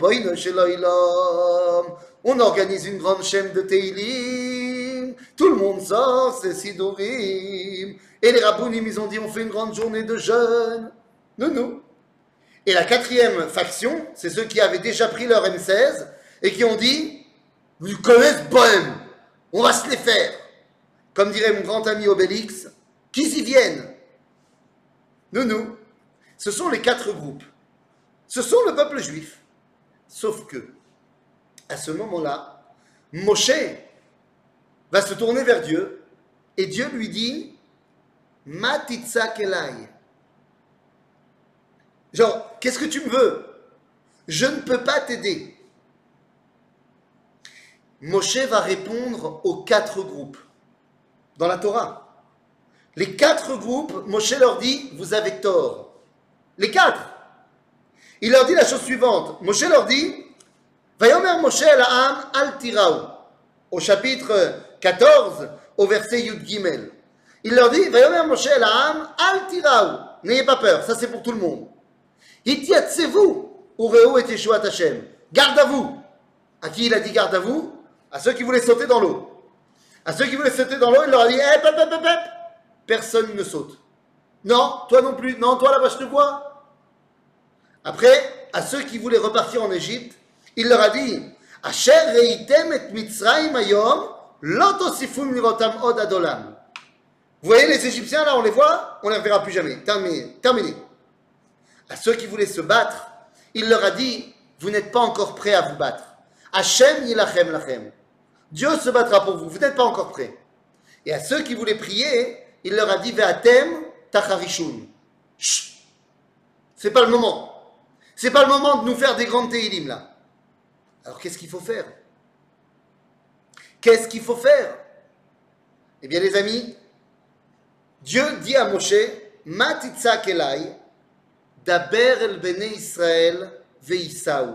on organise une grande chaîne de Teilim, tout le monde sort, c'est Sidorim. Et les Rabbounim, ils ont dit, on fait une grande journée de jeûne. Non, non. Et la quatrième faction, c'est ceux qui avaient déjà pris leur M seize et qui ont dit, vous connaissez Bohème, on va se les faire. Comme dirait mon grand ami Obélix, qu'ils y viennent. Nous, nous. Ce sont les quatre groupes. Ce sont le peuple juif. Sauf que, à ce moment-là, Moshe va se tourner vers Dieu et Dieu lui dit Ma titzak elai. Genre, qu'est-ce que tu me veux? Je ne peux pas t'aider. Moshe va répondre aux quatre groupes. Dans la Torah. Les quatre groupes, Moshe leur dit, vous avez tort. Les quatre. Il leur dit la chose suivante. Moshe leur dit, Vayomer Moshe el ha'am al tiraou. Au chapitre quatorze, au verset Yud Gimel. Il leur dit, Vayomer Moshe el ha'am al tiraou. N'ayez pas peur, ça c'est pour tout le monde. Hityatsevou, ureu et Yeshuat Hashem. Garde à vous. À qui il a dit garde à vous? À ceux qui voulaient sauter dans l'eau. À ceux qui voulaient sauter dans l'eau, il leur a dit hey, pep, pep, pep, pep. Personne ne saute. Non, toi non plus. Non, toi là-bas, je te vois. Après, à ceux qui voulaient repartir en Égypte, il leur a dit Asher reitem et Mitzrayim ayom, lo tosifum lirotam od adolam. Vous voyez les Égyptiens là, on les voit, on ne les reverra plus jamais. Terminé. Terminé. À ceux qui voulaient se battre, il leur a dit vous n'êtes pas encore prêts à vous battre. Hashem yilachem lachem. Dieu se battra pour vous, vous n'êtes pas encore prêts. Et à ceux qui voulaient prier, il leur a dit Ve'atem tacharishun. Chut, c'est pas le moment. C'est pas le moment de nous faire des grandes Tehillim là. Alors qu'est-ce qu'il faut faire? Qu'est-ce qu'il faut faire? Eh bien les amis, Dieu dit à Moshe, Ma titzak elai, daber el bnei Israël veisaou.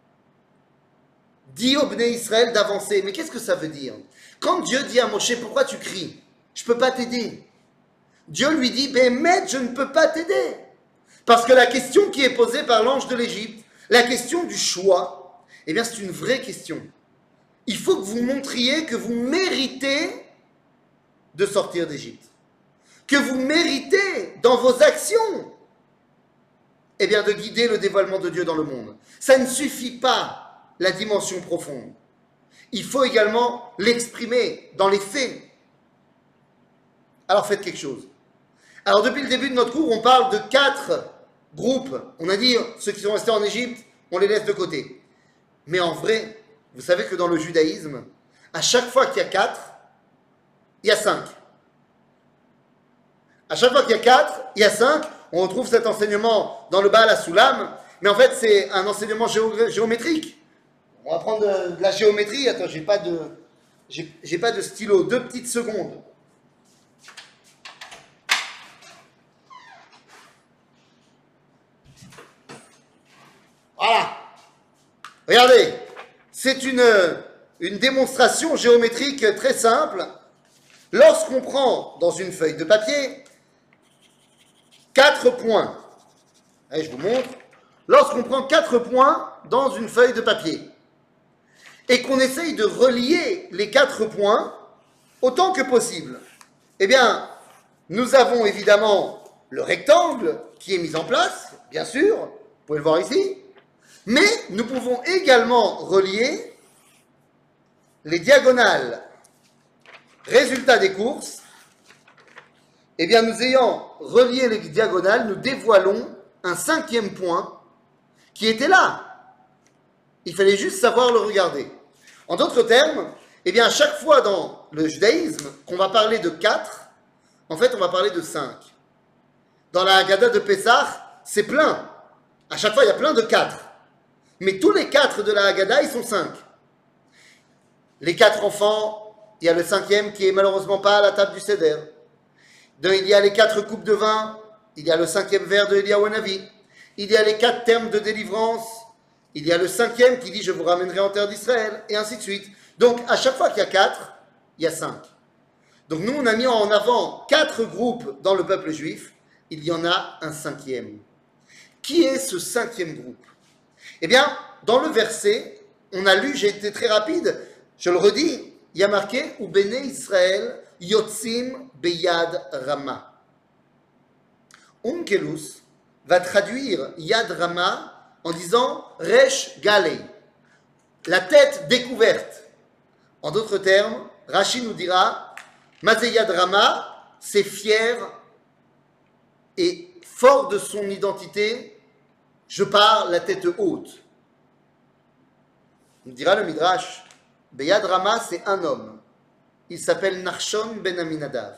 Dis au bnei Israël d'avancer. Mais qu'est-ce que ça veut dire? Quand Dieu dit à Moshe, pourquoi tu cries? Je ne peux pas t'aider. Dieu lui dit, Bémet, je ne peux pas t'aider. Parce que la question qui est posée par l'ange de l'Égypte, la question du choix, eh bien c'est une vraie question. Il faut que vous montriez que vous méritez de sortir d'Égypte. Que vous méritez dans vos actions, eh bien de guider le dévoilement de Dieu dans le monde. Ça ne suffit pas, la dimension profonde. Il faut également l'exprimer dans les faits. Alors faites quelque chose. Alors depuis le début de notre cours, on parle de quatre groupes. On a dit, ceux qui sont restés en Égypte, on les laisse de côté. Mais en vrai, vous savez que dans le judaïsme, à chaque fois qu'il y a quatre, il y a cinq. À chaque fois qu'il y a quatre, il y a cinq. On retrouve cet enseignement dans le Baal HaSulam. Mais en fait, c'est un enseignement géo- géométrique. On va prendre de, de la géométrie. Attends, j'ai pas de, j'ai, j'ai pas de stylo. Deux petites secondes. Voilà. Regardez. C'est une, une démonstration géométrique très simple. Lorsqu'on prend dans une feuille de papier quatre points, allez, je vous montre. Lorsqu'on prend quatre points dans une feuille de papier et qu'on essaye de relier les quatre points autant que possible, eh bien, nous avons évidemment le rectangle qui est mis en place, bien sûr, vous pouvez le voir ici, mais nous pouvons également relier les diagonales. Résultat des courses, eh bien, nous ayant relié les diagonales, nous dévoilons un cinquième point qui était là. Il fallait juste savoir le regarder. En d'autres termes, eh bien, à chaque fois dans le judaïsme qu'on va parler de quatre, en fait, on va parler de cinq. Dans la Haggadah de Pessah, c'est plein. À chaque fois, il y a plein de quatre. Mais tous les quatre de la Haggadah, ils sont cinq. Les quatre enfants, il y a le cinquième qui est malheureusement pas à la table du Seder. Donc, il y a les quatre coupes de vin, il y a le cinquième verre de Eliyahu Hanavi, il y a les quatre termes de délivrance, il y a le cinquième qui dit je vous ramènerai en terre d'Israël, et ainsi de suite. Donc à chaque fois qu'il y a quatre, il y a cinq. Donc nous on a mis en avant quatre groupes dans le peuple juif, il y en a un cinquième. Qui est ce cinquième groupe? Eh bien, dans le verset, on a lu, j'ai été très rapide, je le redis, il y a marqué « Ou béné Israël yotzim beyad rama ». Onkelos va traduire Yad Rama en disant « Resh galei », la tête découverte. En d'autres termes, Rashi nous dira « Mazé Yad Rama », c'est fier et fort de son identité, je pars la tête haute. Nous dira le Midrash, Beyad Rama, c'est un homme. Il s'appelle Nachshon ben Aminadav.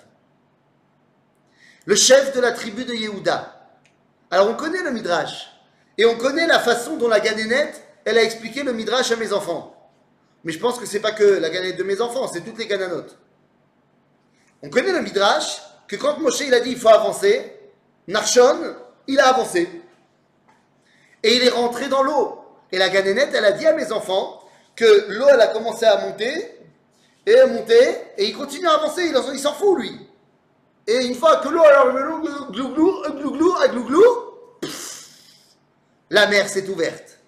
Le chef de la tribu de Yehuda. Alors on connaît le Midrash. Et on connaît la façon dont la Ganénette, elle a expliqué le Midrash à mes enfants. Mais je pense que ce n'est pas que la Ganénette de mes enfants, c'est toutes les Gananotes. On connaît le Midrash, que quand Moshe il a dit il faut avancer, Nachshon, il a avancé. Et il est rentré dans l'eau. Et la Ganénette, elle a dit à mes enfants que l'eau, elle a commencé à monter, et à monter, et il continue à avancer, il, il s'en fout, lui. Et une fois que l'eau, alors, glouglou, glouglou, glouglou, la mer s'est ouverte.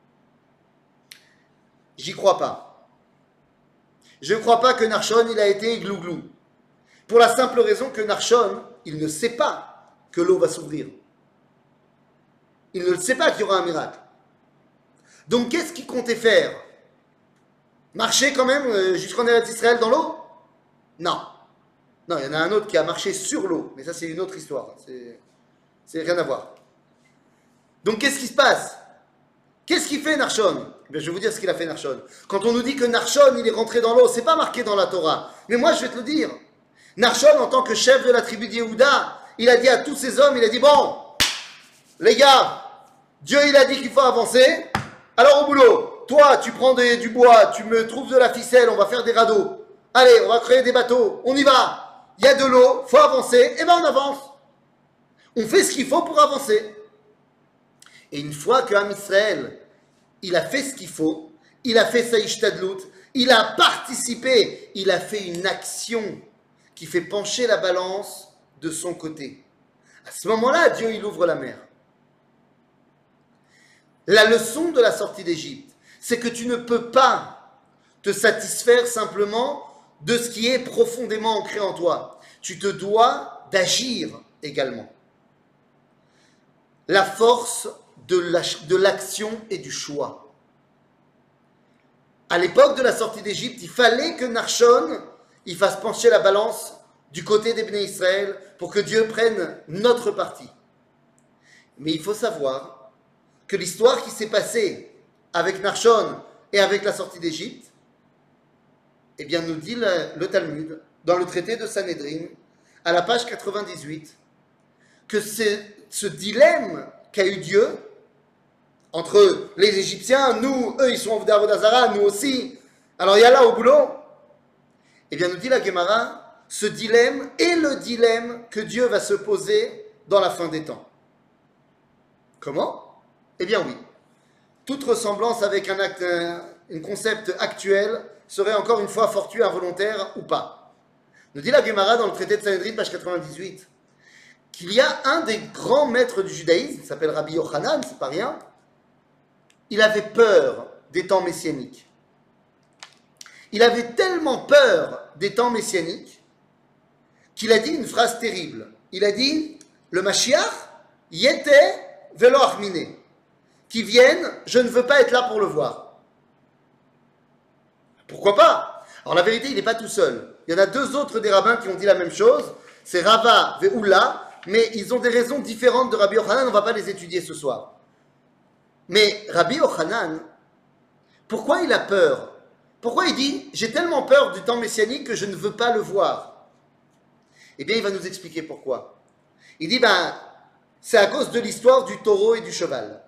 J'y crois pas. Je ne crois pas que Nachshon, il a été glouglou. Pour la simple raison que Nachshon, il ne sait pas que l'eau va s'ouvrir. Il ne le sait pas qu'il y aura un miracle. Donc, qu'est-ce qu'il comptait faire? Marcher quand même jusqu'en Eretz Israël dans l'eau? Non. Non, il y en a un autre qui a marché sur l'eau. Mais ça, c'est une autre histoire. C'est, c'est rien à voir. Donc, qu'est-ce qui se passe? Qu'est-ce qu'il fait, Nachshon? Je vais vous dire ce qu'il a fait, Nachshon. Quand on nous dit que Nachshon, il est rentré dans l'eau, c'est pas marqué dans la Torah. Mais moi, je vais te le dire. Nachshon, en tant que chef de la tribu de Yehuda, il a dit à tous ces hommes, il a dit, bon, les gars, Dieu, il a dit qu'il faut avancer. Alors au boulot, toi, tu prends des, du bois, tu me trouves de la ficelle, on va faire des radeaux. Allez, on va créer des bateaux, on y va. Il y a de l'eau, faut avancer, et ben on avance. On fait ce qu'il faut pour avancer. Et une fois que Am Israël, il a fait ce qu'il faut, il a fait sa ishtadlout, il a participé, il a fait une action qui fait pencher la balance de son côté. À ce moment-là, Dieu, il ouvre la mer. La leçon de la sortie d'Égypte, c'est que tu ne peux pas te satisfaire simplement de ce qui est profondément ancré en toi. Tu te dois d'agir également. La force de l'action et du choix. À l'époque de la sortie d'Égypte, il fallait que Narshon il fasse pencher la balance du côté des Bnei Israël pour que Dieu prenne notre parti. Mais il faut savoir que l'histoire qui s'est passée avec Narshon et avec la sortie d'Égypte, eh bien nous dit le, le Talmud, dans le traité de Sanhédrin, à la page quatre-vingt-dix-huit, que c'est ce dilemme qu'a eu Dieu entre les Égyptiens, nous, eux ils sont en Avodah Zarah, nous aussi, alors il y a là au boulot, eh bien nous dit la Gemara, ce dilemme est le dilemme que Dieu va se poser dans la fin des temps. Comment? Eh bien oui. Toute ressemblance avec un, acte, un, un concept actuel serait encore une fois fortuit, involontaire ou pas. Nous dit la Gemara dans le traité de Sanhédrin, page quatre-vingt-dix-huit, qu'il y a un des grands maîtres du judaïsme, il s'appelle Rabbi Yochanan, c'est pas rien, il avait peur des temps messianiques. Il avait tellement peur des temps messianiques qu'il a dit une phrase terrible. Il a dit, le Mashiach, yete velo achmine, qui vienne, je ne veux pas être là pour le voir. Pourquoi pas? Alors la vérité, il n'est pas tout seul. Il y en a deux autres des rabbins qui ont dit la même chose, c'est Rava et Oula, mais ils ont des raisons différentes de Rabbi Yochanan, on ne va pas les étudier ce soir. Mais Rabbi Yochanan, pourquoi il a peur? Pourquoi il dit, j'ai tellement peur du temps messianique que je ne veux pas le voir? Eh bien, il va nous expliquer pourquoi. Il dit, ben, c'est à cause de l'histoire du taureau et du cheval.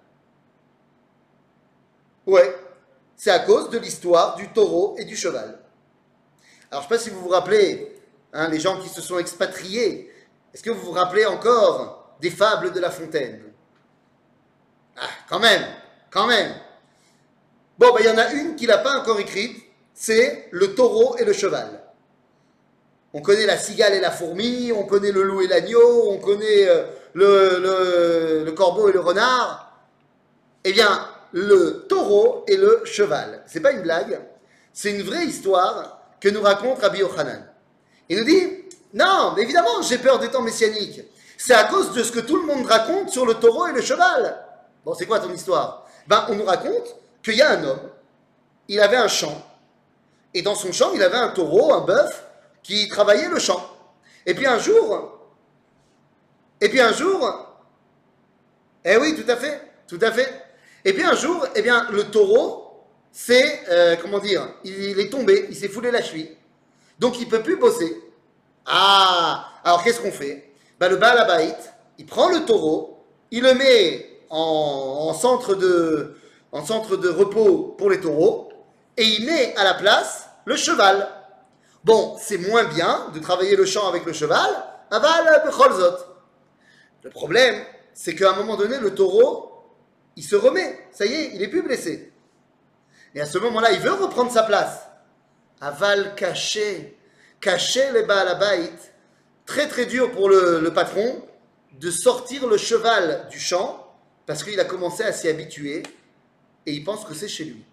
Ouais, c'est à cause de l'histoire du taureau et du cheval. Alors, je ne sais pas si vous vous rappelez, hein, les gens qui se sont expatriés, est-ce que vous vous rappelez encore des fables de La Fontaine? Ah, quand même, quand même. Bon, ben, il y en a une qu'il n'a pas encore écrite, c'est le taureau et le cheval. On connaît la cigale et la fourmi, on connaît le loup et l'agneau, on connaît euh, le, le, le corbeau et le renard. Eh bien, le taureau et le cheval, c'est pas une blague, c'est une vraie histoire que nous raconte Rabbi Yochanan. Il nous dit, non, mais évidemment, j'ai peur des temps messianiques. C'est à cause de ce que tout le monde raconte sur le taureau et le cheval. Bon, c'est quoi ton histoire? Ben, on nous raconte qu'il y a un homme, il avait un champ, et dans son champ, il avait un taureau, un bœuf, qui travaillait le champ. Et puis un jour, et puis un jour, eh oui, tout à fait, tout à fait. Et puis un jour, eh bien, le taureau, c'est, euh, comment dire, il est tombé, il s'est foulé la cheville. Donc il ne peut plus bosser. Ah, alors qu'est-ce qu'on fait? Ben, le Baal Habayit, il prend le taureau, il le met en, en, centre de, en centre de repos pour les taureaux, et il met à la place le cheval. Bon, c'est moins bien de travailler le champ avec le cheval, aval becholzot. Le problème, c'est qu'à un moment donné, le taureau, il se remet, ça y est, il n'est plus blessé. Et à ce moment-là, il veut reprendre sa place. Aval caché, caché les Baal Habayit, très très dur pour le, le patron de sortir le cheval du champ parce qu'il a commencé à s'y habituer et il pense que c'est chez lui.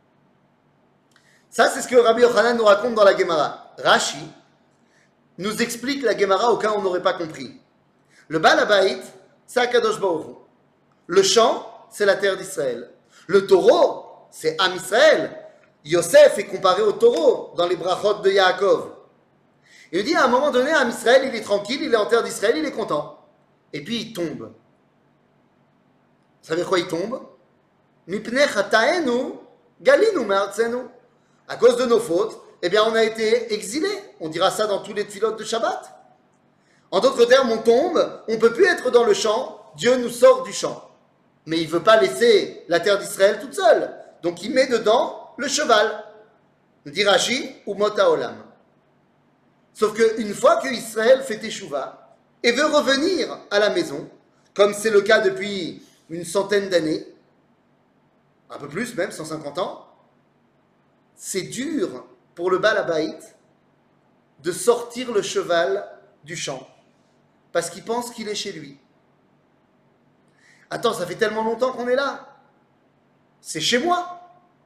Ça, c'est ce que Rabbi Yochanan nous raconte dans la Gemara. Rashi nous explique la Gemara au cas où on n'aurait pas compris. Le Baal Habayit, c'est Akadosh Baruch Hu. Le champ, c'est la terre d'Israël. Le taureau, c'est Am Israël. Yosef est comparé au taureau dans les brachot de Yaakov. Il dit à un moment donné, Am Israël, il est tranquille, il est en terre d'Israël, il est content. Et puis il tombe. Vous savez quoi il tombe? Mipnei chataenu galinu me'artzenu. À cause de nos fautes, eh bien on a été exilés. On dira ça dans tous les tfilotes de Shabbat. En d'autres termes, on tombe, on ne peut plus être dans le champ, Dieu nous sort du champ. mais il ne veut pas laisser la terre d'Israël toute seule. Donc il met dedans le cheval. Dit Rashi, ou Mota Olam. Sauf qu'une fois que Israël fait Teshuvah et veut revenir à la maison, comme c'est le cas depuis une centaine d'années, un peu plus même, cent cinquante ans, c'est dur pour le Baal Habayit de sortir le cheval du champ, parce qu'il pense qu'il est chez lui. Attends, ça fait tellement longtemps qu'on est là. C'est chez moi.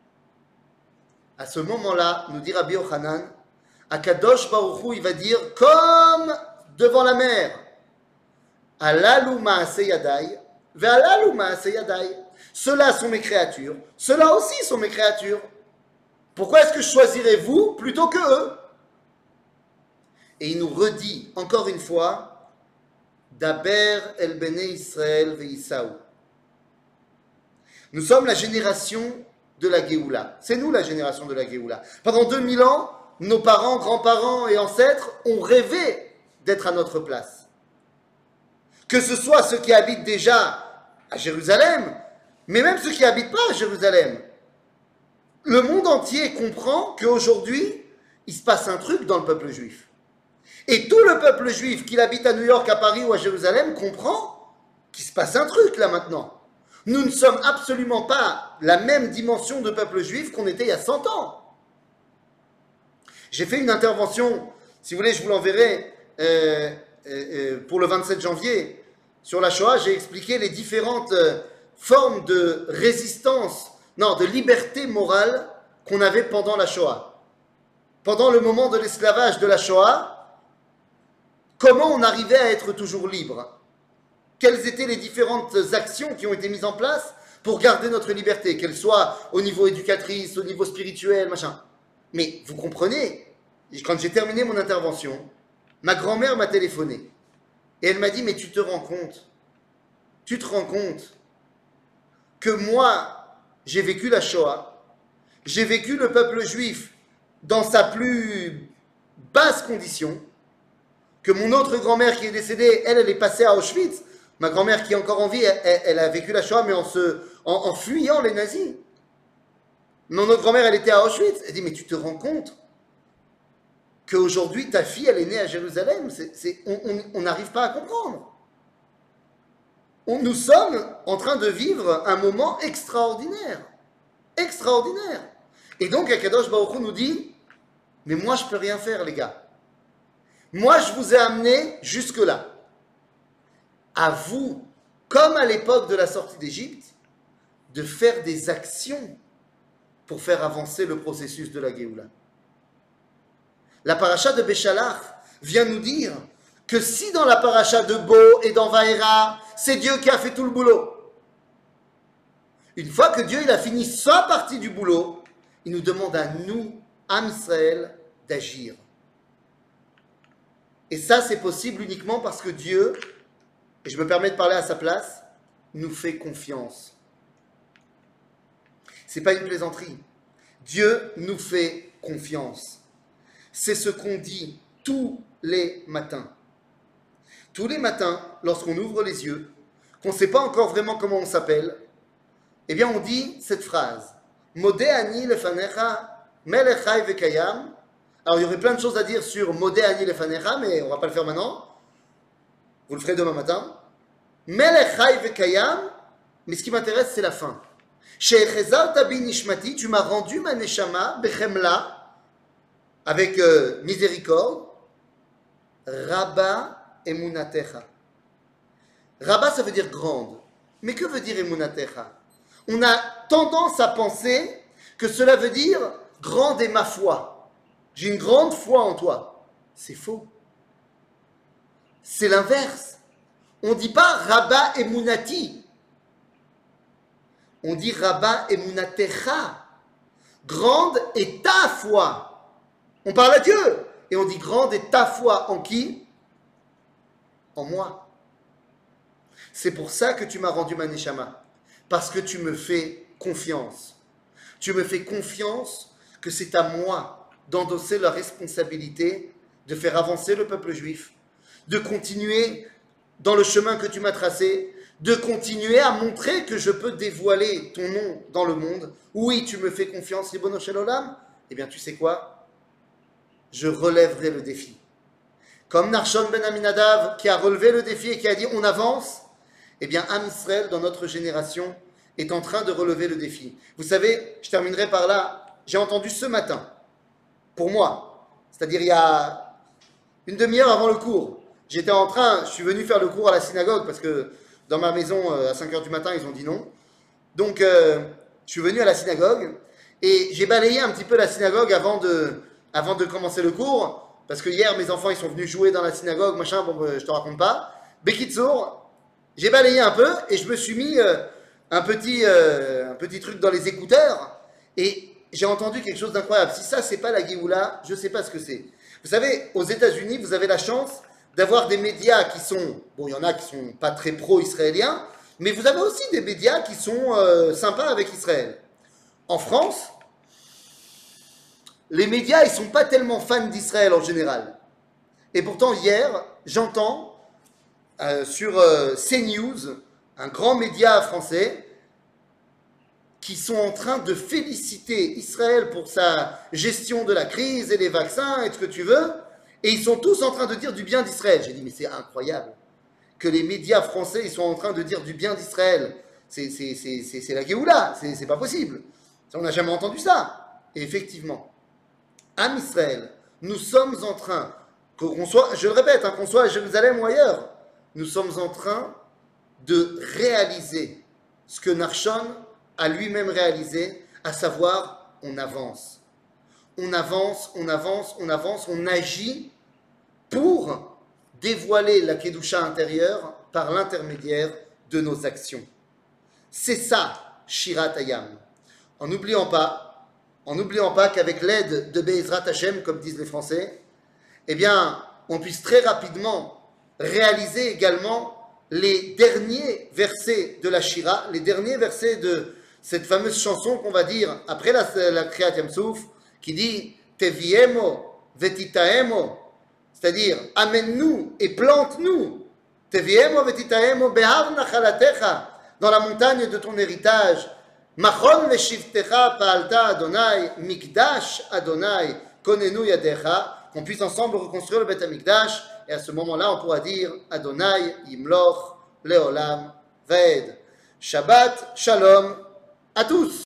À ce moment-là, nous dit Rabbi Yochanan, Akadosh Baruch Hu, il va dire, comme devant la mer, Alalu ma'aseh yadai, ve'alalu ma'aseh yadai. Ceux-là sont mes créatures, ceux-là aussi sont mes créatures. Pourquoi est-ce que je choisirais vous plutôt que eux? Et il nous redit encore une fois, Daber el bene Israël ve'Isaou. Nous sommes la génération de la Géoula. C'est nous la génération de la Géoula. Pendant deux mille ans, nos parents, grands-parents et ancêtres ont rêvé d'être à notre place. Que ce soit ceux qui habitent déjà à Jérusalem, mais même ceux qui n'habitent pas à Jérusalem. Le monde entier comprend qu'aujourd'hui, il se passe un truc dans le peuple juif. Et tout le peuple juif, qu'il habite à New York, à Paris ou à Jérusalem, comprend qu'il se passe un truc là maintenant. Nous ne sommes absolument pas la même dimension de peuple juif qu'on était il y a cent ans. J'ai fait une intervention, si vous voulez, je vous l'enverrai, euh, euh, pour le vingt-sept janvier, sur la Shoah. J'ai expliqué les différentes euh, formes de résistance, non, de liberté morale qu'on avait pendant la Shoah. Pendant le moment de l'esclavage de la Shoah, comment on arrivait à être toujours libre? Quelles étaient les différentes actions qui ont été mises en place pour garder notre liberté, qu'elles soient au niveau éducatrice, au niveau spirituel, machin. Mais vous comprenez, quand j'ai terminé mon intervention, ma grand-mère m'a téléphoné et elle m'a dit, mais tu te rends compte, tu te rends compte que moi, j'ai vécu la Shoah, j'ai vécu le peuple juif dans sa plus basse condition, que mon autre grand-mère qui est décédée, elle, elle est passée à Auschwitz. Ma grand-mère qui est encore en vie, elle, elle a vécu la Shoah, mais en, se, en, en fuyant les nazis. Mon autre grand-mère, elle était à Auschwitz. Elle dit, mais tu te rends compte qu'aujourd'hui, ta fille, elle est née à Jérusalem. C'est, c'est, on n'arrive pas à comprendre. On, nous sommes en train de vivre un moment extraordinaire. Extraordinaire. Et donc, Akadosh Baruch Hu nous dit, mais moi, je ne peux rien faire, les gars. Moi, je vous ai amené jusque-là. À vous, comme à l'époque de la sortie d'Égypte, de faire des actions pour faire avancer le processus de la Géoula. La paracha de Béchalach vient nous dire que si dans la paracha de Bo et dans Vaera, c'est Dieu qui a fait tout le boulot. Une fois que Dieu il a fini sa partie du boulot, il nous demande à nous, Am Israël, d'agir. Et ça, c'est possible uniquement parce que Dieu, et je me permets de parler à sa place, nous fait confiance. Ce n'est pas une plaisanterie. Dieu nous fait confiance. C'est ce qu'on dit tous les matins. Tous les matins, lorsqu'on ouvre les yeux, qu'on ne sait pas encore vraiment comment on s'appelle, eh bien on dit cette phrase. Modé ani lefanecha melechai vekayam. Alors il y aurait plein de choses à dire sur Modé ani lefanecha, mais on ne va pas le faire maintenant. Vous le ferez demain matin. Melechai vekayam, mais ce qui m'intéresse, c'est la fin. She'echezarta bi nishmati, tu m'as rendu ma neshama, bechemla, avec euh, miséricorde, Rabba emunatecha. Rabba, ça veut dire grande. Mais que veut dire emunatecha? On a tendance à penser que cela veut dire grande est ma foi. J'ai une grande foi en toi. C'est faux. C'est l'inverse. On ne dit pas Rabba emunati. On dit Rabba emunatecha. Grande est ta foi. On parle à Dieu. Et on dit grande est ta foi en qui? En moi. C'est pour ça que tu m'as rendu ma neshama. Parce que tu me fais confiance. Tu me fais confiance que c'est à moi d'endosser la responsabilité de faire avancer le peuple juif, de continuer dans le chemin que tu m'as tracé, de continuer à montrer que je peux dévoiler ton nom dans le monde. Oui, tu me fais confiance, Ribono Shel Olam. Eh bien, tu sais quoi? Je relèverai le défi. Comme Nachshon ben Aminadav qui a relevé le défi et qui a dit on avance, eh bien, Am Israël, dans notre génération, est en train de relever le défi. Vous savez, je terminerai par là, j'ai entendu ce matin, pour moi, c'est-à-dire il y a une demi-heure avant le cours, j'étais en train, je suis venu faire le cours à la synagogue parce que dans ma maison, à cinq heures du matin, ils ont dit non. Donc, euh, je suis venu à la synagogue et j'ai balayé un petit peu la synagogue avant de, avant de commencer le cours, parce que hier, mes enfants, ils sont venus jouer dans la synagogue, machin, bon, je te raconte pas. Bekitsour, j'ai balayé un peu et je me suis mis euh, un, petit, euh, un petit truc dans les écouteurs et j'ai entendu quelque chose d'incroyable. Si ça, c'est pas la Géoula, je sais pas ce que c'est. Vous savez, aux États-Unis, vous avez la chance d'avoir des médias qui sont, bon, il y en a qui sont pas très pro-israéliens, mais vous avez aussi des médias qui sont euh, sympas avec Israël. En France, les médias, ils sont pas tellement fans d'Israël en général. Et pourtant, hier, j'entends euh, sur euh, CNews, un grand média français, qui sont en train de féliciter Israël pour sa gestion de la crise et les vaccins et ce que tu veux, et ils sont tous en train de dire du bien d'Israël. J'ai dit, mais c'est incroyable que les médias français ils sont en train de dire du bien d'Israël. C'est, c'est, c'est, c'est, c'est la Géoula, c'est, c'est pas possible. On n'a jamais entendu ça. Et effectivement, Am Israël, nous sommes en train, qu'on soit, je le répète, hein, qu'on soit à Jérusalem ou ailleurs, nous sommes en train de réaliser ce que Nachshon a lui-même réalisé, à savoir, on avance. On avance, on avance, on avance, on agit pour dévoiler la Kedusha intérieure par l'intermédiaire de nos actions. C'est ça, Shirat Hayam. En n'oubliant pas, en n'oubliant pas qu'avec l'aide de Be'ezrat Hashem, comme disent les Français, eh bien, on puisse très rapidement réaliser également les derniers versets de la Shira, les derniers versets de cette fameuse chanson qu'on va dire après la, la Kriyat Yam Souf, qui dit Teviemo vetitaemo, c'est-à-dire amène-nous et plante-nous, Teviemo vetitaemo behar nachalatecha, dans la montagne de ton héritage, Machon leshivtecha pa'alta Adonai, Mikdash Adonai, konenu yadecha, qu'on puisse ensemble reconstruire le Beth Amikdash, et à ce moment-là on pourra dire Adonai Yimloch Leolam Vaed. Shabbat Shalom à tous.